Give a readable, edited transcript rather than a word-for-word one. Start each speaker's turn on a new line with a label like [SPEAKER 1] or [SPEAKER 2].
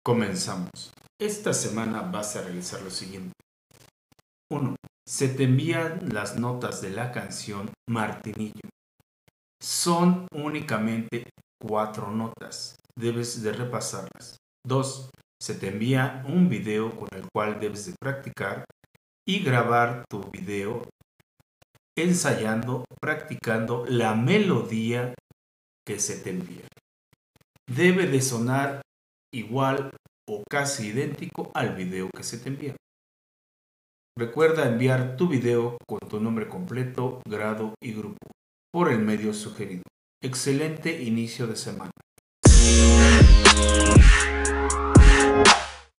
[SPEAKER 1] Comenzamos. Esta semana vas a realizar lo siguiente. 1. Se te envían las notas de la canción Martinillo. Son únicamente 4 notas. Debes de repasarlas. 2. Se te envía un video con el cual debes de practicar y grabar tu video ensayando, practicando la melodía que se te envía. Debe de sonar igual o casi idéntico al video que se te envía. Recuerda enviar tu video con tu nombre completo, grado y grupo por el medio sugerido. Excelente inicio de semana.